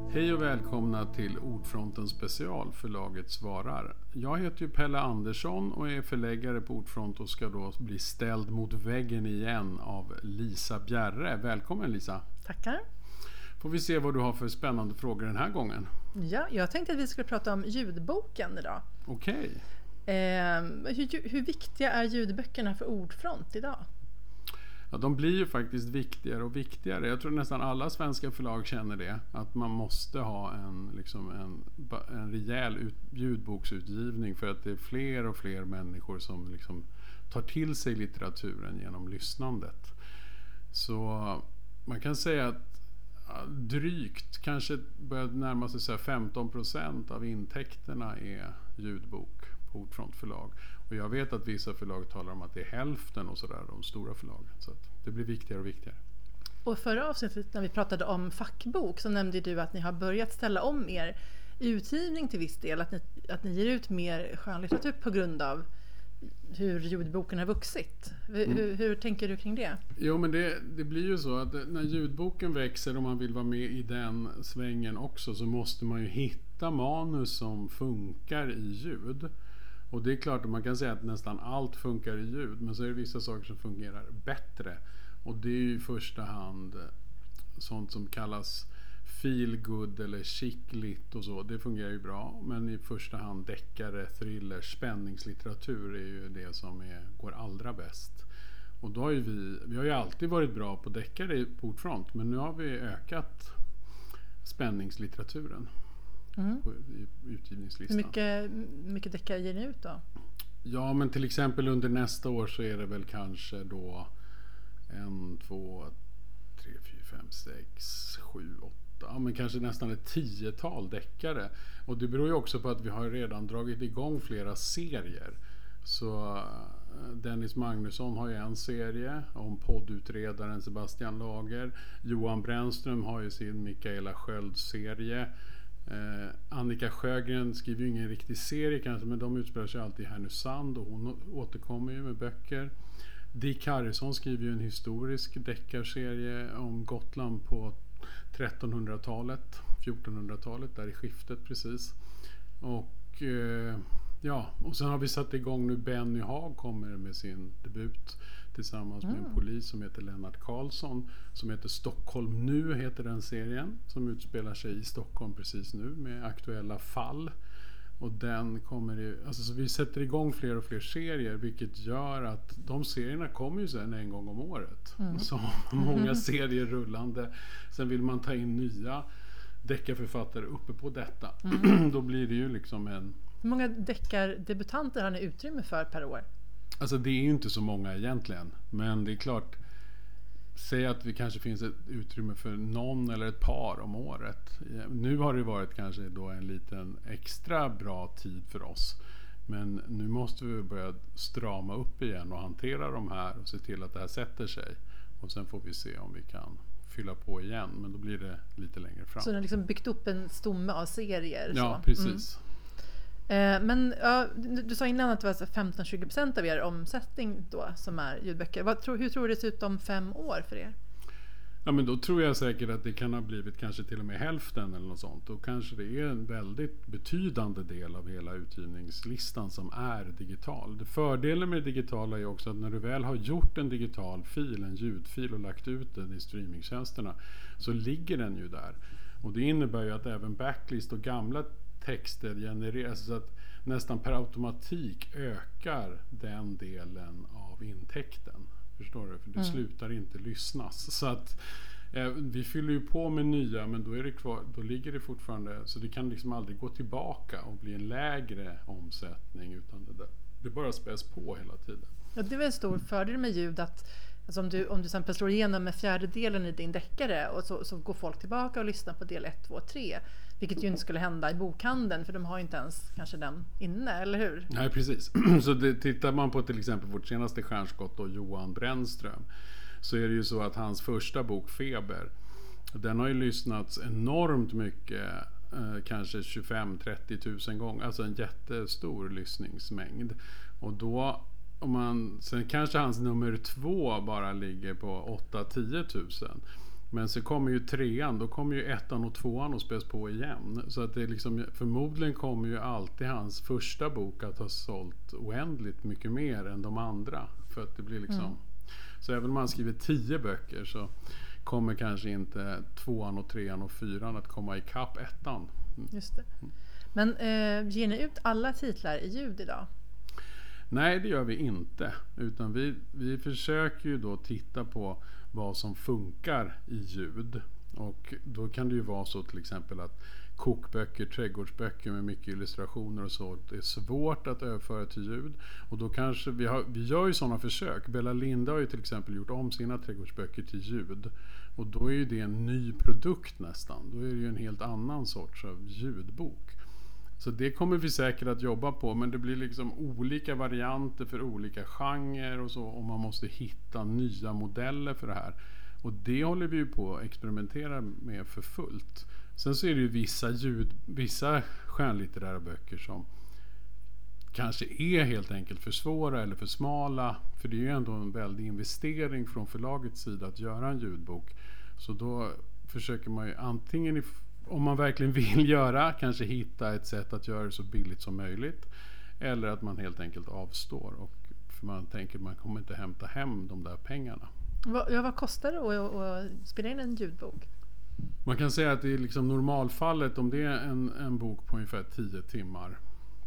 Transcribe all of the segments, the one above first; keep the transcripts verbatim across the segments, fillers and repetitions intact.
Hej och välkomna till Ordfronten special, förlaget svarar. Jag heter ju Pelle Andersson och är förläggare på Ordfront och ska då bli ställd mot väggen igen av Lisa Bjerre. Välkommen Lisa. Tackar. Får vi se vad du har för spännande frågor den här gången. Ja, jag tänkte att vi skulle prata om ljudboken idag. Okej. Eh, hur, hur viktiga är ljudböckerna för Ordfront idag? Ja, de blir ju faktiskt viktigare och viktigare. Jag tror nästan alla svenska förlag känner det. Att man måste ha en, liksom en, en rejäl ut, ljudboksutgivning för att det är fler och fler människor som liksom tar till sig litteraturen genom lyssnandet. Så man kan säga att ja, drygt, kanske börjar närma sig så här femton procent av intäkterna är ljudbok på Ordfront förlag. Och jag vet att vissa förlag talar om att det är hälften och sådär, de stora förlagen. Så att det blir viktigare och viktigare. Och förra avsnittet när vi pratade om fackbok så nämnde du att ni har börjat ställa om er utgivning till viss del. Att ni, att ni ger ut mer skönlitteratur på grund av hur ljudboken har vuxit. Hur, mm. hur, hur tänker du kring det? Jo, men det, det blir ju så att när ljudboken växer och man vill vara med i den svängen också så måste man ju hitta manus som funkar i ljud. Och det är klart att man kan säga att nästan allt funkar i ljud, men så är det vissa saker som fungerar bättre. Och det är ju i första hand sånt som kallas feel good eller chicklit och så. Det fungerar ju bra, men i första hand deckare, thriller, spänningslitteratur är ju det som är, går allra bäst. Och då har ju vi, vi har ju alltid varit bra på deckare på Ordfront, men nu har vi ökat spänningslitteraturen. Mm. På utgivningslistan. Hur mycket, mycket deckare ger ni ut då? Ja, men till exempel under nästa år så är det väl kanske då en, två, tre, fyra, fem, sex, sju, åtta, ja, men kanske nästan ett tiotal deckare. Och det beror ju också på att vi har redan dragit igång flera serier. Så Dennis Magnusson har ju en serie om poddutredaren Sebastian Lager. Johan Brännström har ju sin Mikaela Sköld-serie. Eh, Annika Sjögren skriver ju ingen riktig serie kanske, men de utspelar sig alltid i Härnösand och hon återkommer ju med böcker. Dick Harrison skriver ju en historisk deckarserie om Gotland på trettonhundratalet, fjortonhundratalet, där i skiftet precis. Och eh, ja, och sen har vi satt igång nu. Benny Haag kommer med sin debut tillsammans med en mm. polis som heter Lennart Karlsson, som heter Stockholm nu, heter den serien, som utspelar sig i Stockholm precis nu med aktuella fall. Och den kommer ju, alltså så vi sätter igång fler och fler serier, vilket gör att de serierna kommer ju sen en gång om året. Mm. Så många serier rullande. Sen vill man ta in nya deckarförfattare uppe på detta. Mm. Då blir det ju liksom en... Hur många deckardebutanter har ni utrymme för per år? Alltså det är ju inte så många egentligen, men det är klart, säg att vi kanske finns ett utrymme för någon eller ett par om året. Nu har det varit kanske då en liten extra bra tid för oss, men nu måste vi börja strama upp igen och hantera de här och se till att det här sätter sig, och sen får vi se om vi kan fylla på igen, men då blir det lite längre fram. Så ni har liksom byggt upp en stomme av serier? Ja, så. precis. Mm. Men ja, du sa innan att det var femton till tjugo procent av er omsättning då som är ljudböcker. Vad, tror, hur tror du det ser ut om fem år för er? Ja, men då tror jag säkert att det kan ha blivit kanske till och med hälften eller något sånt. Då kanske det är en väldigt betydande del av hela utgivningslistan som är digital. Det fördelen med det digitala är också att när du väl har gjort en digital fil, en ljudfil, och lagt ut den i streamingtjänsterna, så ligger den ju där. Och det innebär ju att även backlist och gamla texter genereras, så att nästan per automatik ökar den delen av intäkten. Förstår du? För det mm. slutar inte lyssnas. Så att eh, vi fyller ju på med nya, men då är det kvar, då ligger det fortfarande, så det kan liksom aldrig gå tillbaka och bli en lägre omsättning, utan det, där, det bara späs på hela tiden. Ja, det är väl en stor fördel med ljud att alltså om du om du till exempel slår igenom med fjärdedelen i din deckare och så, så går folk tillbaka och lyssnar på del ett, två, tre. Vilket ju inte skulle hända i bokhandeln, för de har ju inte ens kanske den inne, eller hur? Nej, precis. Så det, tittar man på till exempel vårt senaste stjärnskott och Johan Brännström, så är det ju så att hans första bok Feber, den har ju lyssnats enormt mycket, eh, kanske tjugofem till trettio tusen gånger, alltså en jättestor lyssningsmängd. Och då om man, sen kanske hans nummer två bara ligger på åtta till tio tusen. Men så kommer ju trean, då kommer ju ettan och tvåan att späs på igen. Så att det är liksom, förmodligen kommer ju alltid hans första bok att ha sålt oändligt mycket mer än de andra. För att det blir liksom... Mm. Så även om man skriver tio böcker så kommer kanske inte tvåan och trean och fyran att komma i kapp ettan. Mm. Just det. Men eh, ger ni ut alla titlar i ljud idag? Nej, det gör vi inte. Utan vi, vi försöker ju då titta på vad som funkar i ljud. Och då kan det ju vara så till exempel att kokböcker, trädgårdsböcker med mycket illustrationer och så, det är svårt att överföra till ljud. Och då kanske vi, har, vi gör ju sådana försök. Bella Linda har ju till exempel gjort om sina trädgårdsböcker till ljud. Och då är ju det en ny produkt nästan. Då är det ju en helt annan sorts av ljudbok. Så det kommer vi säkert att jobba på, men det blir liksom olika varianter för olika genrer och så, och man måste hitta nya modeller för det här. Och det håller vi ju på att experimentera med för fullt. Sen så är det ju vissa ljud, vissa skönlitterära böcker som kanske är helt enkelt för svåra eller för smala, för det är ju ändå en väldig investering från förlagets sida att göra en ljudbok. Så då försöker man ju antingen i om man verkligen vill göra, kanske hitta ett sätt att göra det så billigt som möjligt. Eller att man helt enkelt avstår. Och för man tänker att man kommer inte hämta hem de där pengarna. Ja, vad kostar det att, att spela in en ljudbok? Man kan säga att det är liksom normalfallet, om det är en, en bok på ungefär tio timmar.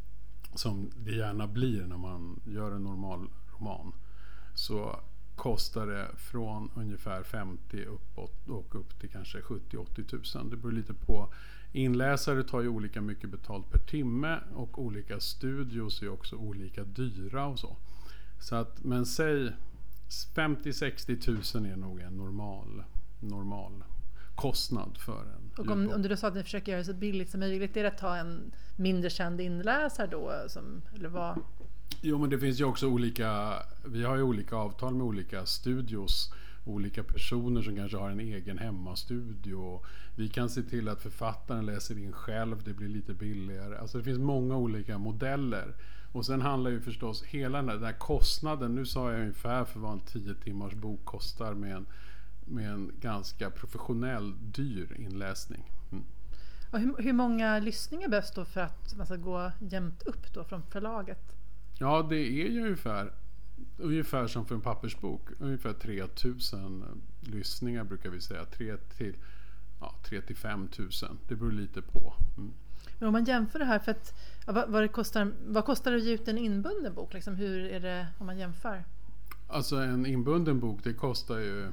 Som det gärna blir när man gör en normal roman. Så kostar det från ungefär femtio uppåt och upp till kanske sjuttio till åttio tusen. Det beror lite på. Inläsare tar ju olika mycket betalt per timme och olika studios är också olika dyra och så. Så att, men säg femtio till sextio tusen är nog en normal, normal kostnad för en. Och om, om du då sa att ni försöker göra det så billigt som möjligt, är det att ta en mindre känd inläsare då? Som, eller vad? Jo, men det finns ju också olika, vi har ju olika avtal med olika studios, olika personer som kanske har en egen hemmastudio. Vi kan se till att författaren läser in själv, det blir lite billigare. Alltså det finns många olika modeller. Och sen handlar ju förstås hela den där kostnaden, nu sa jag ungefär för vad en tio timmars bok kostar med en, med en ganska professionell dyr inläsning. Mm. Och hur, hur många lyssningar behövs då för att man ska gå jämnt upp då från förlaget? Ja, det är ju ungefär, ungefär som för en pappersbok. Ungefär tre tusen lyssningar brukar vi säga. tre till ja, tre till fem tusen. Det beror lite på. Mm. Men om man jämför det här, för att, ja, vad, vad, det kostar, vad kostar det att ge ut en inbunden bok? Liksom, hur är det om man jämför? Alltså en inbunden bok, det kostar ju,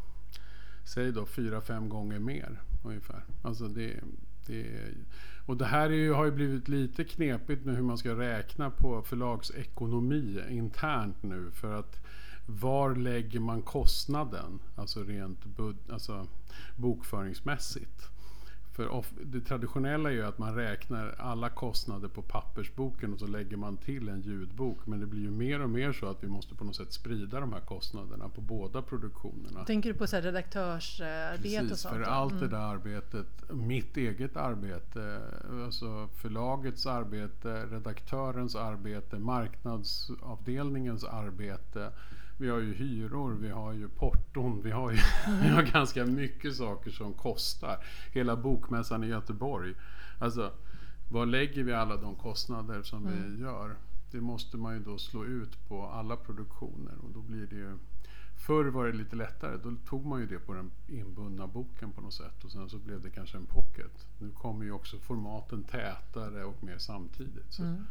säg då, fyra, fem gånger mer ungefär. Alltså det Det, och det här är ju, har ju blivit lite knepigt med hur man ska räkna på förlagsekonomi internt nu, för att var lägger man kostnaden, alltså rent bud, alltså bokföringsmässigt. För off, det traditionella är ju att man räknar alla kostnader på pappersboken och så lägger man till en ljudbok, men det blir ju mer och mer så att vi måste på något sätt sprida de här kostnaderna på båda produktionerna. Tänker du på så här redaktörsarbete? Precis, och sånt? För allt det där arbetet, mitt eget arbete, alltså förlagets arbete, redaktörens arbete, marknadsavdelningens arbete. Vi har ju hyror, vi har ju porton, vi har ju vi har ganska mycket saker som kostar. Hela bokmässan i Göteborg. Alltså, var lägger vi alla de kostnader som mm. vi gör? Det måste man ju då slå ut på alla produktioner, och då blir det ju... Förr var det lite lättare, då tog man ju det på den inbundna boken på något sätt, och sen så blev det kanske en pocket. Nu kommer ju också formaten tätare och mer samtidigt. Så. Mm.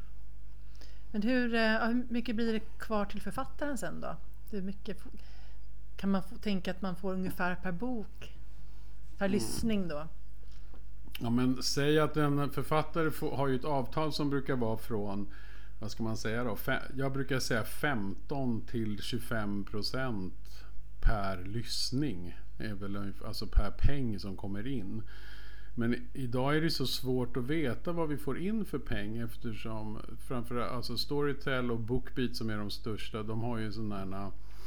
Men hur, hur mycket blir det kvar till författaren sen då? Hur mycket kan man få, tänka att man får ungefär per bok, per mm. lyssning då? Ja, men säg att en författare får, har ju ett avtal som brukar vara från, vad ska man säga då? Fem, jag brukar säga femton till tjugofem procent per lyssning, är väl, alltså per peng som kommer in. Men idag är det så svårt att veta vad vi får in för pengar, eftersom framförallt alltså Storytel och Bookbeat som är de största, de har ju sådana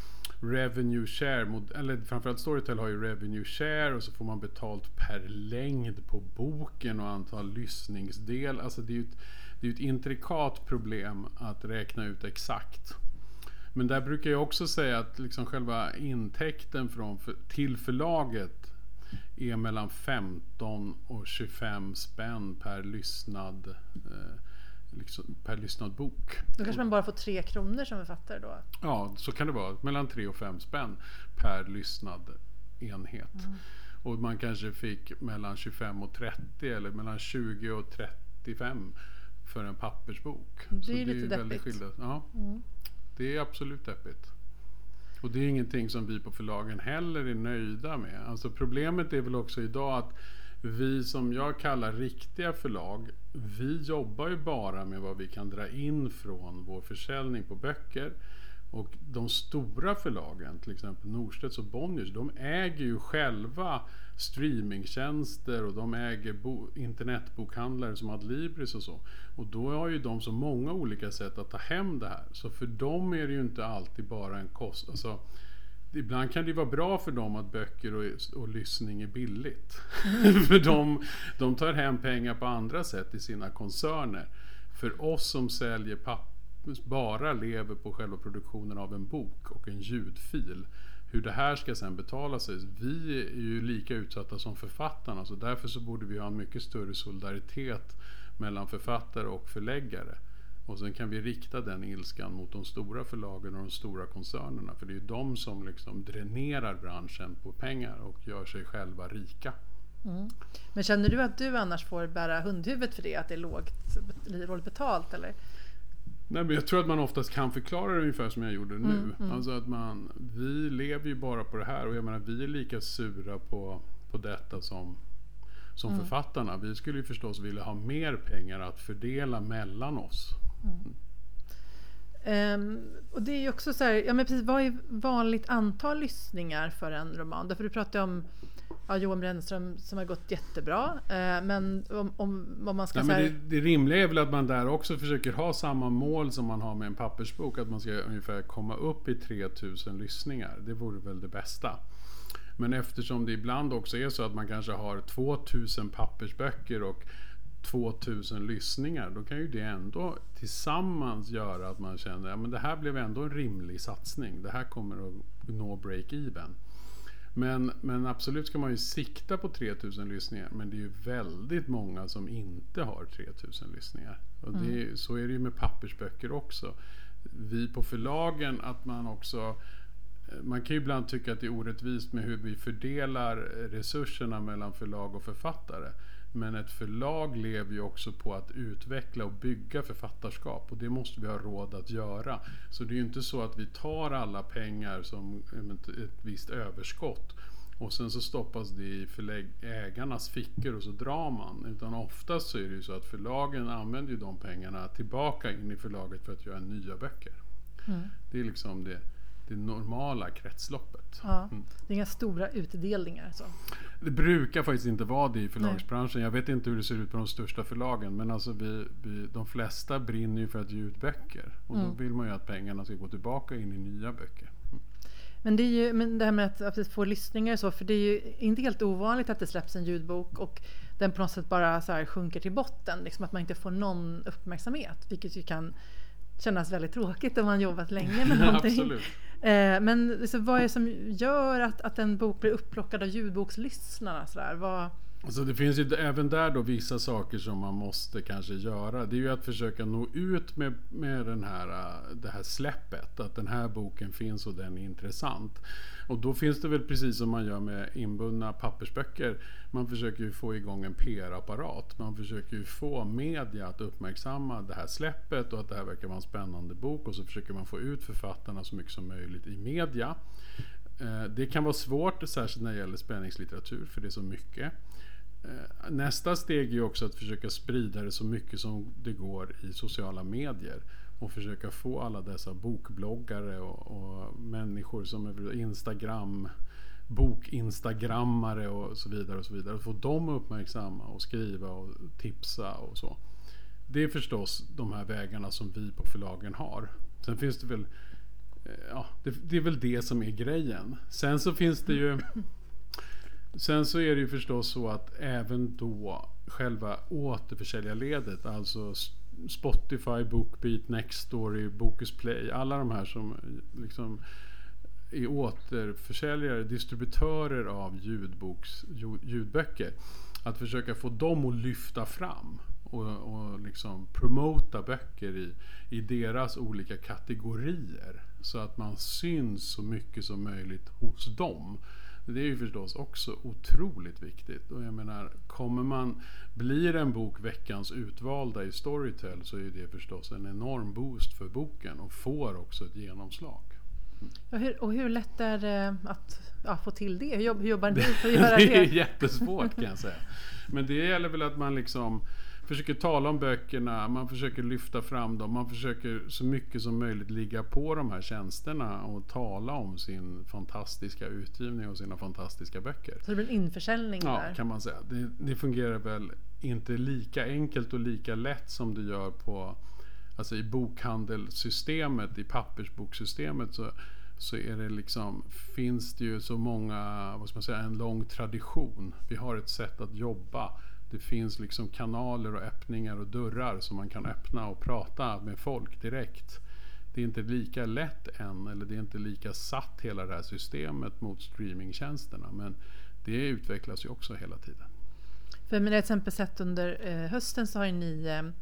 revenue share, eller framförallt Storytel har ju revenue share, och så får man betalt per längd på boken och antal lyssningsdel. Alltså det är ju ett, det är ett intrikat problem att räkna ut exakt. Men där brukar jag också säga att liksom själva intäkten från för, till förlaget är mellan femton och tjugofem spänn per lyssnad eh, liksom, per lyssnad bok. Då kanske man bara får tre kronor som författare då? Ja, så kan det vara. Mellan tre och fem spänn per lyssnad enhet. Mm. Och man kanske fick mellan tjugofem och trettio eller mellan tjugo och trettiofem för en pappersbok. Det är så lite det är deppigt. väldigt skillnad. Ja, mm. Det är absolut deppigt. Och det är ingenting som vi på förlagen heller är nöjda med. Alltså problemet är väl också idag att vi som jag kallar riktiga förlag, vi jobbar ju bara med vad vi kan dra in från vår försäljning på böcker. Och de stora förlagen, till exempel Norstedts och Bonniers, de äger ju själva streamingtjänster och de äger bo- internetbokhandlare som Adlibris och så. Och då har ju de så många olika sätt att ta hem det här. Så för dem är det ju inte alltid bara en kost. Alltså, ibland kan det vara bra för dem att böcker och, och lyssning är billigt. för de, de tar hem pengar på andra sätt i sina koncerner. För oss som säljer papper bara lever på själva produktionen av en bok och en ljudfil. Hur det här ska sen betala sig. Vi är ju lika utsatta som författarna, så därför så borde vi ha en mycket större solidaritet mellan författare och förläggare. Och sen kan vi rikta den ilskan mot de stora förlagen och de stora koncernerna, för det är ju de som liksom dränerar branschen på pengar och gör sig själva rika. Mm. Men känner du att du annars får bära hundhuvudet för det, att det är lågt, lågt betalt eller? Nej, men jag tror att man oftast kan förklara det ungefär som jag gjorde nu. Mm, mm. Alltså att man, vi lever ju bara på det här, och jag menar vi är lika sura på, på detta som, som mm. författarna. Vi skulle ju förstås vilja ha mer pengar att fördela mellan oss. Mm. Um, och det är ju också så här, ja men precis, vad är vanligt antal lyssningar för en roman? Därför du pratade om ja, Johan Brännström som har gått jättebra, uh, men om, om, om man ska Nej, säga... men det, det rimliga är väl att man där också försöker ha samma mål som man har med en pappersbok, att man ska ungefär komma upp i tre tusen lyssningar. Det vore väl det bästa. Men eftersom det ibland också är så att man kanske har två tusen pappersböcker och två tusen lyssningar, då kan ju det ändå tillsammans göra att man känner att ja, det här blev ändå en rimlig satsning. Det här kommer att nå break-even. Men, men absolut ska man ju sikta på tre tusen lyssningar, men det är ju väldigt många som inte har tre tusen lyssningar. Och det, mm. så är det ju med pappersböcker också. Vi på förlagen, att man också... Man kan ju ibland tycka att det är orättvist med hur vi fördelar resurserna mellan förlag och författare. Men ett förlag lever ju också på att utveckla och bygga författarskap, och det måste vi ha råd att göra. Så det är ju inte så att vi tar alla pengar som ett visst överskott och sen så stoppas det i förlägg- ägarnas fickor och så drar man. Utan oftast så är det ju så att förlagen använder ju de pengarna tillbaka in i förlaget för att göra nya böcker. Mm. Det är liksom det det normala kretsloppet. Ja, det är inga stora utdelningar så. Det brukar faktiskt inte vara det i förlagsbranschen. Nej. Jag vet inte hur det ser ut på de största förlagen, men alltså vi, vi, de flesta brinner ju för att ge ut böcker. Och mm. då vill man ju att pengarna ska gå tillbaka in i nya böcker. Mm. Men det är ju, men det här med att, att få lyssningar så, för det är ju inte helt ovanligt att det släpps en ljudbok och den på något sätt bara så här sjunker till botten, liksom att man inte får någon uppmärksamhet, vilket ju kan kännas väldigt tråkigt om man jobbat länge med någonting. Absolut. Eh, men så vad är det som gör att, att en bok blir upplockad av ljudbokslyssnarna? Så där? Vad... Alltså det finns ju även där då vissa saker som man måste kanske göra. Det är ju att försöka nå ut med, med den här, det här släppet. Att den här boken finns och den är intressant. Och då finns det väl precis som man gör med inbundna pappersböcker. Man försöker ju få igång en P R-apparat. Man försöker ju få media att uppmärksamma det här släppet och att det här verkar vara en spännande bok. Och så försöker man få ut författarna så mycket som möjligt i media. Det kan vara svårt, särskilt när det gäller spänningslitteratur, för det är så mycket. Nästa steg är ju också att försöka sprida det så mycket som det går i sociala medier och försöka få alla dessa bokbloggare och, och människor som är Instagram, bokinstagrammare och så vidare och så vidare, att få dem uppmärksamma och skriva och tipsa och så. Det är förstås de här vägarna som vi på förlagen har. Sen finns det väl ja, det, det är väl det som är grejen. Sen så finns det ju Sen så är det ju förstås så att även då själva återförsäljarledet, alltså Spotify, Bookbeat, Nextory, Bokus Play, alla de här som liksom är återförsäljare, distributörer av ljudboks, ljudböcker, att försöka få dem att lyfta fram och, och liksom promota böcker i, i deras olika kategorier, så att man syns så mycket som möjligt hos dem. Det är ju förstås också otroligt viktigt. Och jag menar, kommer man, blir en bok veckans utvalda i Storytel, så är det förstås en enorm boost för boken och får också ett genomslag. Och hur, och hur lätt är det att ja, få till det? Hur, jobb, hur jobbar ni för att göra det? Det är jättesvårt, kan jag säga. Men det gäller väl att man liksom försöker tala om böckerna, man försöker lyfta fram dem, man försöker så mycket som möjligt ligga på de här tjänsterna och tala om sin fantastiska utgivning och sina fantastiska böcker. Så det blir en införsäljning ja, där? Ja, kan man säga. Det, det fungerar väl inte lika enkelt och lika lätt som det gör på, alltså i bokhandelssystemet, i pappersboksystemet, så, så är det liksom, finns det ju så många, vad ska man säga, en lång tradition. Vi har ett sätt att jobba. Det finns liksom kanaler och öppningar och dörrar som man kan öppna och prata med folk direkt. Det är inte lika lätt än, eller det är inte lika satt hela det här systemet mot streamingtjänsterna, men det utvecklas ju också hela tiden. För med det exempel sett under eh, hösten så har ju ni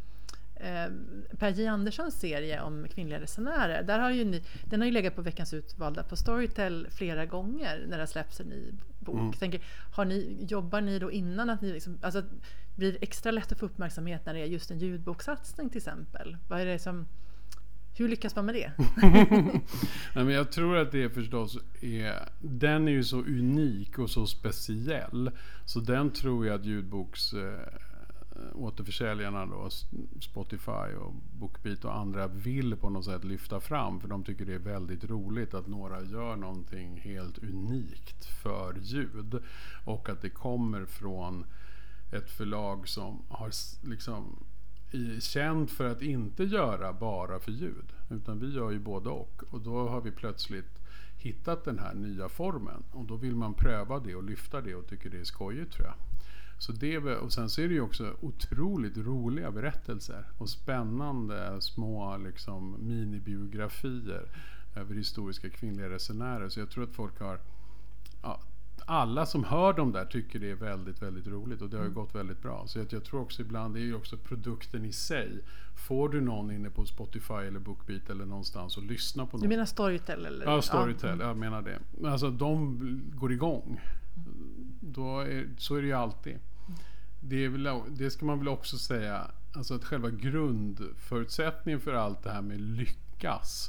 eh, Per J. Anderssons serie om kvinnliga resenärer. Där har ju ni, den har ju legat på veckans utvalda på Storytel flera gånger när det släpps en ny bok. Mm. Tänker, har ni, jobbar ni då innan att ni liksom, alltså, blir det extra lätt att få uppmärksamhet när det är just en ljudboksatsning till exempel? Vad är det som, hur lyckas man med det? Nej, men jag tror att det förstås är, den är ju så unik och så speciell, så den tror jag att ljudboks äh, återförsäljarna då, Spotify och BookBeat och andra vill på något sätt lyfta fram, för de tycker det är väldigt roligt att några gör någonting helt unikt för ljud, och att det kommer från ett förlag som har liksom är känd för att inte göra bara för ljud, utan vi gör ju både och, och då har vi plötsligt hittat den här nya formen, och då vill man pröva det och lyfta det och tycker det är skojigt, tror jag. Så det, och sen så är det ju också otroligt roliga berättelser och spännande små liksom minibiografier över historiska kvinnliga resenärer, så jag tror att folk har, ja, alla som hör dem där tycker det är väldigt, väldigt roligt, och det har ju gått väldigt bra. Så jag, jag tror också ibland, det är ju också produkten i sig. Får du någon inne på Spotify eller BookBeat eller någonstans och lyssna på något. Du menar Storytel? Eller? Ja, Storytel, ja. Jag menar det. Alltså de går igång. Då är, så är det ju alltid. Det, är väl, det ska man väl också säga, alltså att själva grundförutsättningen för allt det här med lyckas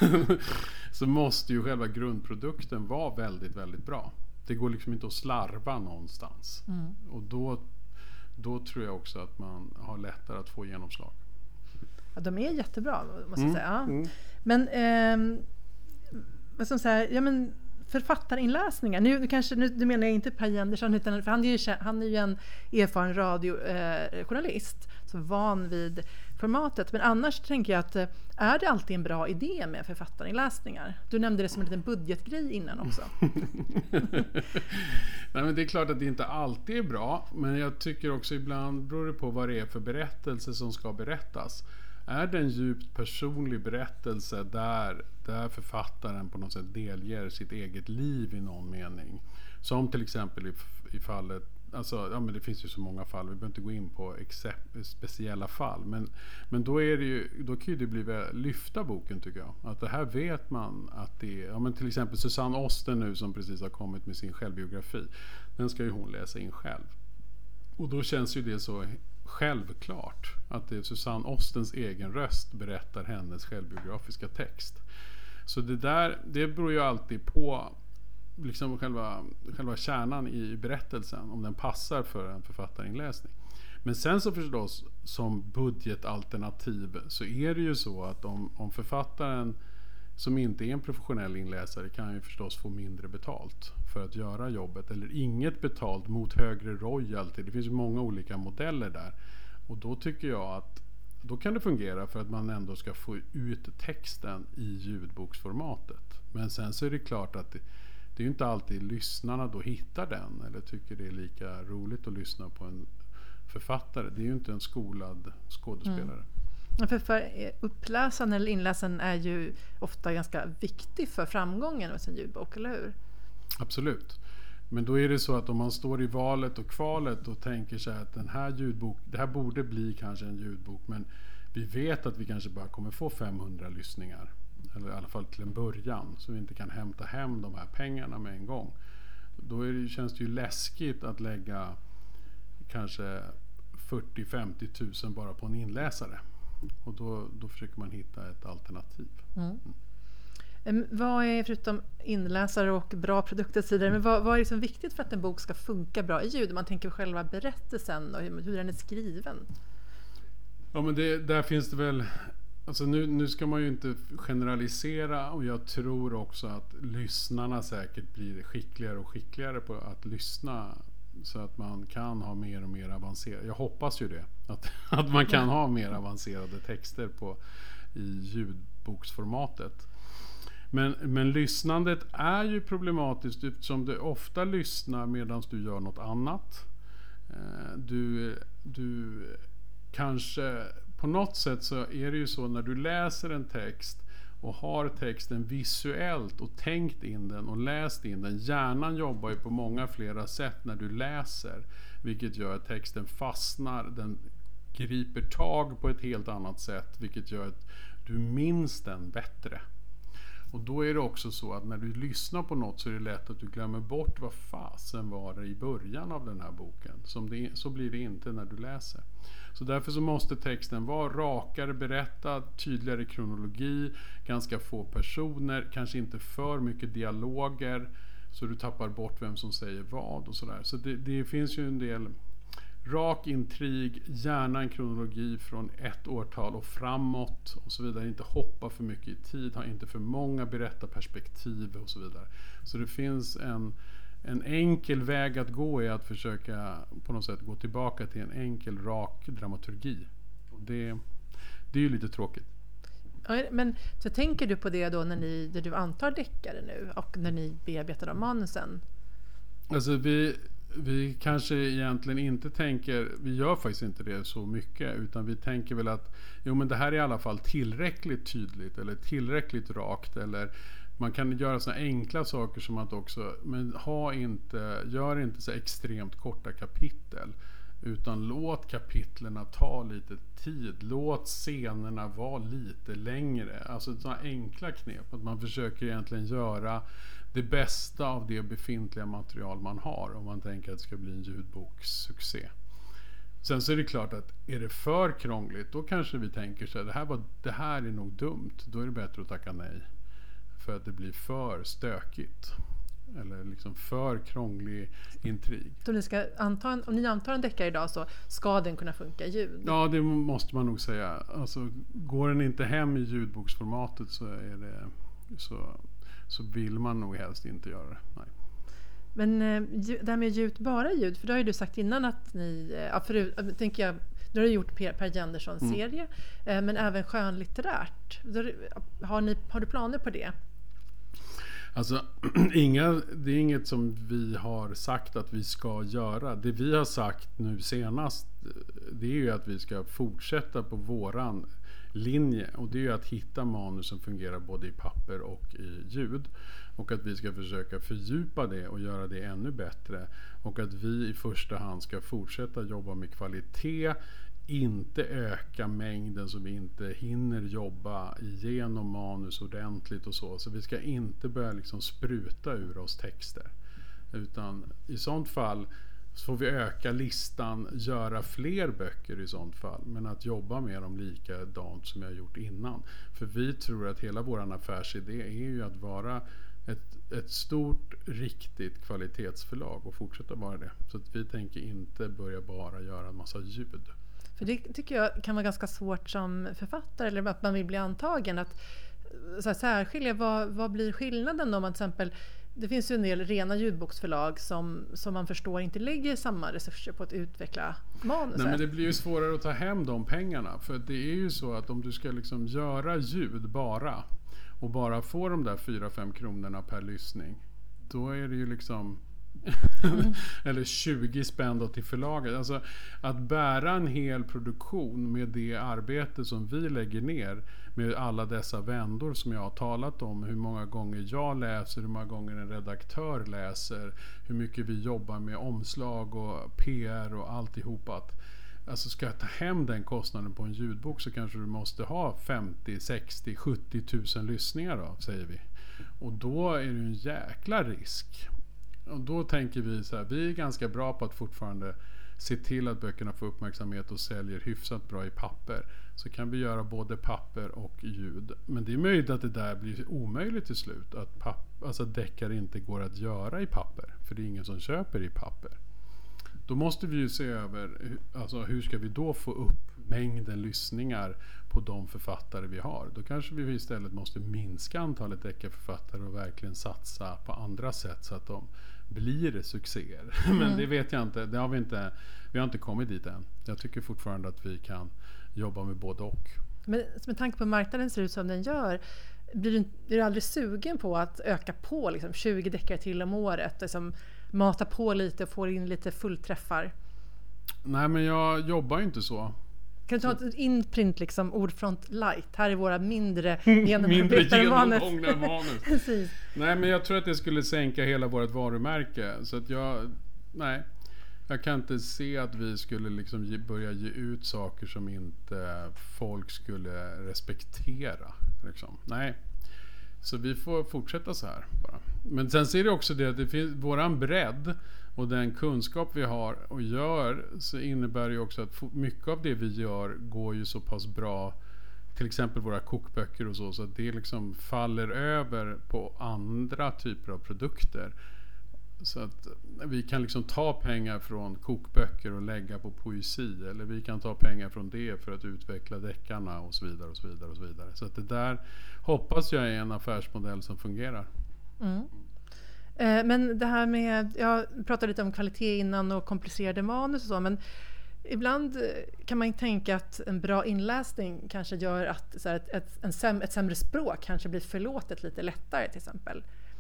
så måste ju själva grundprodukten vara väldigt, väldigt bra. Det går liksom inte att slarva någonstans. Mm. Och då, då tror jag också att man har lättare att få genomslag. Ja, de är jättebra, måste jag mm. säga. Ja. Mm. Men, eh, vad som säger, ja men författarinläsningar. Nu, kanske, nu, nu menar jag inte Per J. Andersson, utan, för han är ju, han är ju en erfaren radiojournalist, eh, så van vid formatet. Men annars tänker jag att, är det alltid en bra idé med författarinläsningar? Du nämnde det som en liten budgetgrej innan också. Nej, men det är klart att det inte alltid är bra, men jag tycker också ibland beror det på vad det är för berättelse som ska berättas. Är det en djupt personlig berättelse där, där författaren på något sätt delger sitt eget liv i någon mening, som till exempel i, i fallet, alltså, ja, men det finns ju så många fall, vi behöver inte gå in på except, speciella fall, men, men då, är det ju, då kan ju det bli lyfta boken, tycker jag. Att det här vet man att det är, ja, men till exempel Susanne Osten nu som precis har kommit med sin självbiografi, den ska ju hon läsa in själv. Och då känns ju det så självklart att det är Susanne Ostens egen röst berättar hennes självbiografiska text. Så det där, det beror ju alltid på liksom själva, själva kärnan i berättelsen, om den passar för en författarinläsning. Men sen så förstås, som budgetalternativ, så är det ju så att om, om författaren som inte är en professionell inläsare kan ju förstås få mindre betalt för att göra jobbet, eller inget betalt mot högre royalty. Det finns ju många olika modeller där, och då tycker jag att då kan det fungera för att man ändå ska få ut texten i ljudboksformatet. Men sen så är det klart att det, det är ju inte alltid lyssnarna då hittar den eller tycker det är lika roligt att lyssna på en författare. Det är ju inte en skolad skådespelare. Mm. För, för uppläsaren eller inläsaren är ju ofta ganska viktig för framgången med sin ljudbok, eller hur? Absolut. Men då är det så att om man står i valet och kvalet och tänker sig att den här ljudbok, det här borde bli kanske en ljudbok, men vi vet att vi kanske bara kommer få femhundra lyssningar, eller i alla fall till en början, så vi inte kan hämta hem de här pengarna med en gång. Då är det, känns det ju läskigt att lägga kanske fyrtio till femtio tusen bara på en inläsare. Och då, då försöker man hitta ett alternativ. Mm. Mm. Vad är, förutom inläsare och bra produkter och så vidare, men vad, vad är liksom viktigt för att en bok ska funka bra i ljud? Man tänker på själva berättelsen och hur, hur den är skriven. Ja, men det, där finns det väl... Alltså nu, nu ska man ju inte generalisera, och jag tror också att lyssnarna säkert blir skickligare och skickligare på att lyssna, så att man kan ha mer och mer avancerade, jag hoppas ju det, att, att man kan ha mer avancerade texter på, i ljudboksformatet. Men, men lyssnandet är ju problematiskt eftersom du ofta lyssnar medan du gör något annat. Du, du kanske... På något sätt så är det ju så när du läser en text och har texten visuellt och tänkt in den och läst in den. Hjärnan jobbar ju på många flera sätt när du läser, vilket gör att texten fastnar, den griper tag på ett helt annat sätt, vilket gör att du minns den bättre. Och då är det också så att när du lyssnar på något så är det lätt att du glömmer bort vad fasen var det i början av den här boken. Som det, så blir det inte när du läser. Så därför så måste texten vara rakare berättad, tydligare kronologi, ganska få personer, kanske inte för mycket dialoger så du tappar bort vem som säger vad och sådär. Så det, det finns ju en del rak intrig, gärna en kronologi från ett årtal och framåt och så vidare. Inte hoppa för mycket i tid, ha inte för många berättarperspektiv och så vidare. Så det finns en, en enkel väg att gå är att försöka på något sätt gå tillbaka till en enkel, rak dramaturgi. Och det, det är ju lite tråkigt. Ja, men så tänker du på det då när, ni, när du antar deckare nu och när ni bearbetar de manusen? Alltså vi... Vi kanske egentligen inte tänker, vi gör faktiskt inte det så mycket, utan vi tänker väl att jo, men det här är i alla fall tillräckligt tydligt eller tillräckligt rakt, eller man kan göra såna enkla saker som att också, men ha inte, gör inte så extremt korta kapitel, utan låt kapitlerna ta lite tid, låt scenerna vara lite längre, alltså sådana enkla knep, att man försöker egentligen göra det bästa av det befintliga material man har om man tänker att det ska bli en ljudbokssuccé. Sen så är det klart att är det för krångligt, då kanske vi tänker så här, det här, var, det här är nog dumt, då är det bättre att tacka nej. För att det blir för stökigt. Eller liksom för krånglig intrig. Så ni ska anta en, om ni antar en deckare idag så ska den kunna funka i ljud? Ja, det måste man nog säga. Alltså, går den inte hem i ljudboksformatet så är det så... så vill man nog helst inte göra det. Nej. Men det här med ljud, bara ljud, för då har ju du sagt innan att ni, ja, förut, tänker jag, du har gjort Per, Per Gendersons mm. serie, men även skönlitterärt. Har, ni, har du planer på det? Alltså, inga, det är inget som vi har sagt att vi ska göra. Det vi har sagt nu senast, det är ju att vi ska fortsätta på våran linje, och det är ju att hitta manus som fungerar både i papper och i ljud, och att vi ska försöka fördjupa det och göra det ännu bättre, och att vi i första hand ska fortsätta jobba med kvalitet, inte öka mängden så vi inte hinner jobba igenom manus ordentligt och så. Så vi ska inte börja liksom spruta ur oss texter, utan i sånt fall så får vi öka listan, göra fler böcker i sånt fall, men att jobba med dem likadant som jag har gjort innan. För vi tror att hela vår affärsidé är ju att vara ett, ett stort, riktigt kvalitetsförlag och fortsätta vara det. Så att vi tänker inte börja bara göra en massa ljud. För det tycker jag kan vara ganska svårt som författare, eller att man vill bli antagen, att så här, särskilja, vad, vad blir skillnaden om man till exempel, det finns ju en del rena ljudboksförlag som, som man förstår inte lägger samma resurser på att utveckla manus. Nej, men det blir ju svårare att ta hem de pengarna, för det är ju så att om du ska liksom göra ljud bara och bara få de där fyra fem kronorna per lyssning, då är det ju liksom Mm. Eller tjugo spänn då till förlaget. Alltså att bära en hel produktion med det arbete som vi lägger ner, med alla dessa vändor som jag har talat om, hur många gånger jag läser, hur många gånger en redaktör läser, hur mycket vi jobbar med omslag och P R och alltihopa. Alltså ska jag ta hem den kostnaden på en ljudbok, så kanske du måste ha femtio, sextio, sjuttio tusen lyssningar då, säger vi. Och då är det en jäkla risk. Och då tänker vi så här, vi är ganska bra på att fortfarande se till att böckerna får uppmärksamhet och säljer hyfsat bra i papper. Så kan vi göra både papper och ljud. Men det är möjligt att det där blir omöjligt till slut. Att papp, alltså deckare inte går att göra i papper. För det är ingen som köper i papper. Då måste vi ju se över, alltså hur ska vi då få upp mängden lyssningar på de författare vi har. Då kanske vi istället måste minska antalet deckarförfattare och verkligen satsa på andra sätt så att de blir succéer. Men mm. det vet jag inte. Det har vi inte. Vi har inte kommit dit än. Jag tycker fortfarande att vi kan jobba med både och. Men med tanke på marknaden ser ut som den gör, blir du, blir du aldrig sugen på att öka på liksom tjugo deckare till om året? Liksom, mata på lite och få in lite fullträffar? Nej, men jag jobbar inte så. Kan du ta ett inprint, liksom, ordfront light? Här är våra mindre genomarbetade manus. manus. Nej, men jag tror att det skulle sänka hela vårt varumärke. Så att jag, nej, jag kan inte se att vi skulle liksom ge, börja ge ut saker som inte folk skulle respektera. Liksom. Nej. Så vi får fortsätta så här bara. Men sen ser det också det att det finns våran bredd och den kunskap vi har och gör, så innebär det ju också att mycket av det vi gör går ju så pass bra, till exempel våra kokböcker och så, så att det liksom faller över på andra typer av produkter. Så att vi kan liksom ta pengar från kokböcker och lägga på poesi, eller vi kan ta pengar från det för att utveckla deckarna och så vidare och så vidare och så vidare. Så att det där hoppas jag är en affärsmodell som fungerar. Mm. Eh, men det här med, jag pratade lite om kvalitet innan och komplicerade manus och så, men ibland kan man tänka att en bra inläsning kanske gör att så här, ett, ett, en säm, ett sämre språk kanske blir förlåtet lite lättare till exempel.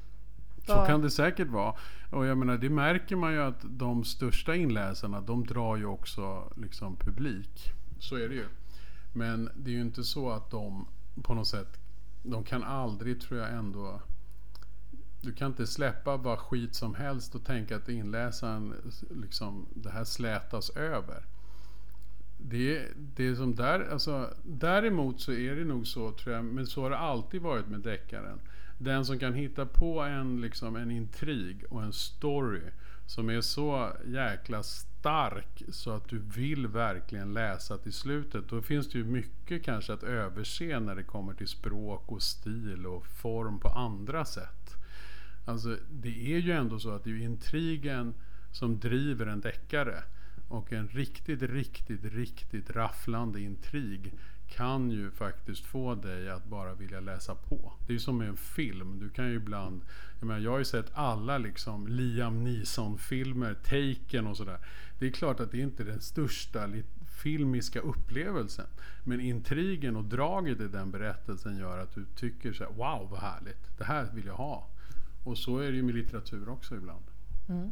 Så kan det säkert vara. Och jag menar, det märker man ju att de största inläsarna, de drar ju också liksom publik. Så är det ju. Men det är ju inte så att de på något sätt, de kan aldrig, tror jag ändå, du kan inte släppa bara skit som helst och tänka att inläsaren liksom, det här slätas över. Det, det är som där, alltså, däremot så är det nog så, tror jag, men så har det alltid varit med deckaren. Den som kan hitta på en, liksom, en intrig och en story som är så jäkla stark så att du vill verkligen läsa till slutet, då finns det ju mycket kanske att överse när det kommer till språk och stil och form på andra sätt. Alltså det är ju ändå så att det är intrigen som driver en deckare, och en riktigt, riktigt, riktigt rafflande intrig kan ju faktiskt få dig att bara vilja läsa på. Det är ju som med en film. Du kan ju ibland, jag menar, jag har ju sett alla liksom Liam Neeson-filmer, Taken och sådär. Det är klart att det inte är den största filmiska upplevelsen, men intrigen och draget i den berättelsen gör att du tycker så här, wow vad härligt, det här vill jag ha. Och så är det ju med litteratur också ibland. Mm.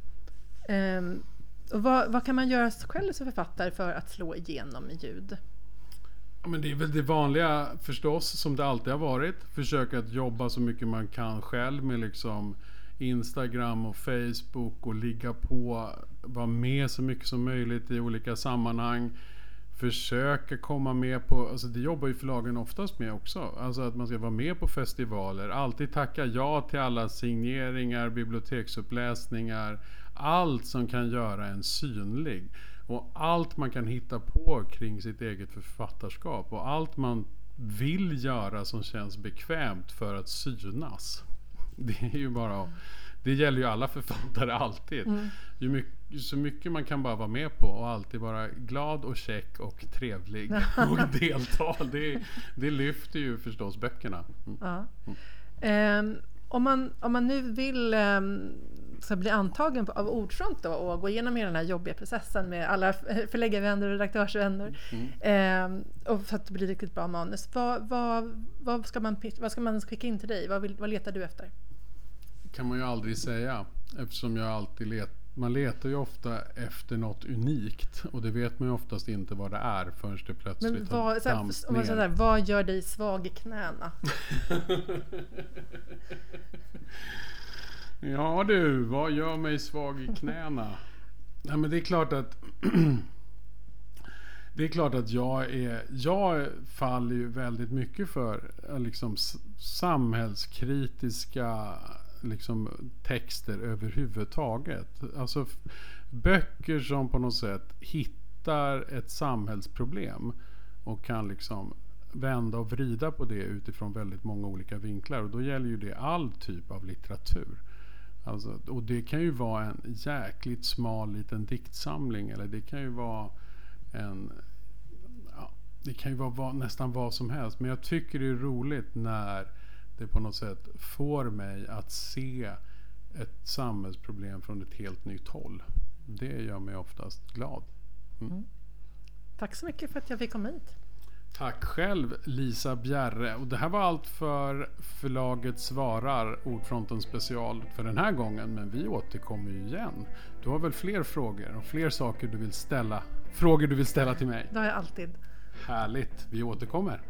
Mm. Um, och vad, vad kan man göra själv som författare för att slå igenom i ljud? Ja, men det är väl det vanliga förstås, som det alltid har varit. Försöka att jobba så mycket man kan själv med liksom Instagram och Facebook och ligga på, vara med så mycket som möjligt i olika sammanhang. Försöka komma med på, alltså det jobbar ju förlagen oftast med också. Alltså att man ska vara med på festivaler. Alltid tacka ja till alla signeringar, biblioteksuppläsningar. Allt som kan göra en synlig. Och allt man kan hitta på kring sitt eget författarskap. Och allt man vill göra som känns bekvämt för att synas. Det är ju bara, det gäller ju alla författare alltid. Mm. Ju mycket, så mycket man kan bara vara med på och alltid vara glad och check och trevlig och delta. Det, det lyfter ju förstås böckerna. Mm. Ja. Mm. Um, om, man, om man nu vill um, så bli antagen på, av Ordfront då, och gå igenom hela den här jobbiga processen med alla förläggarvänner och redaktörsvänner mm. um, och för att det blir riktigt bra manus, vad, vad, vad, ska man, vad ska man skicka in till dig? Vad, vill, vad letar du efter? kan man ju aldrig säga, eftersom jag alltid let, man letar ju ofta efter något unikt och det vet man ju oftast inte vad det är förrän det plötsligt Men vad, har så här, dampt om man ner. säger där, vad gör dig svag i knäna? Ja du, vad gör mig svag i knäna? Nej, men det är klart att det är klart att jag är jag faller ju väldigt mycket för liksom samhällskritiska liksom texter överhuvudtaget. Alltså f- böcker som på något sätt hittar ett samhällsproblem och kan liksom vända och vrida på det utifrån väldigt många olika vinklar, och då gäller ju det all typ av litteratur. Alltså, och det kan ju vara en jäkligt smal liten diktsamling, eller det kan ju vara en ja, det kan ju vara vad, nästan vad som helst, men jag tycker det är roligt när det på något sätt får mig att se ett samhällsproblem från ett helt nytt håll. Det gör mig oftast glad. Mm. Mm. Tack så mycket för att jag fick komma hit. Tack själv, Lisa Bjerre. Och det här var allt för förlaget Svarar, Ordfronten special för den här gången, men vi återkommer ju igen. Du har väl fler frågor och fler saker du vill ställa, frågor du vill ställa till mig? Det har jag alltid. Härligt, vi återkommer.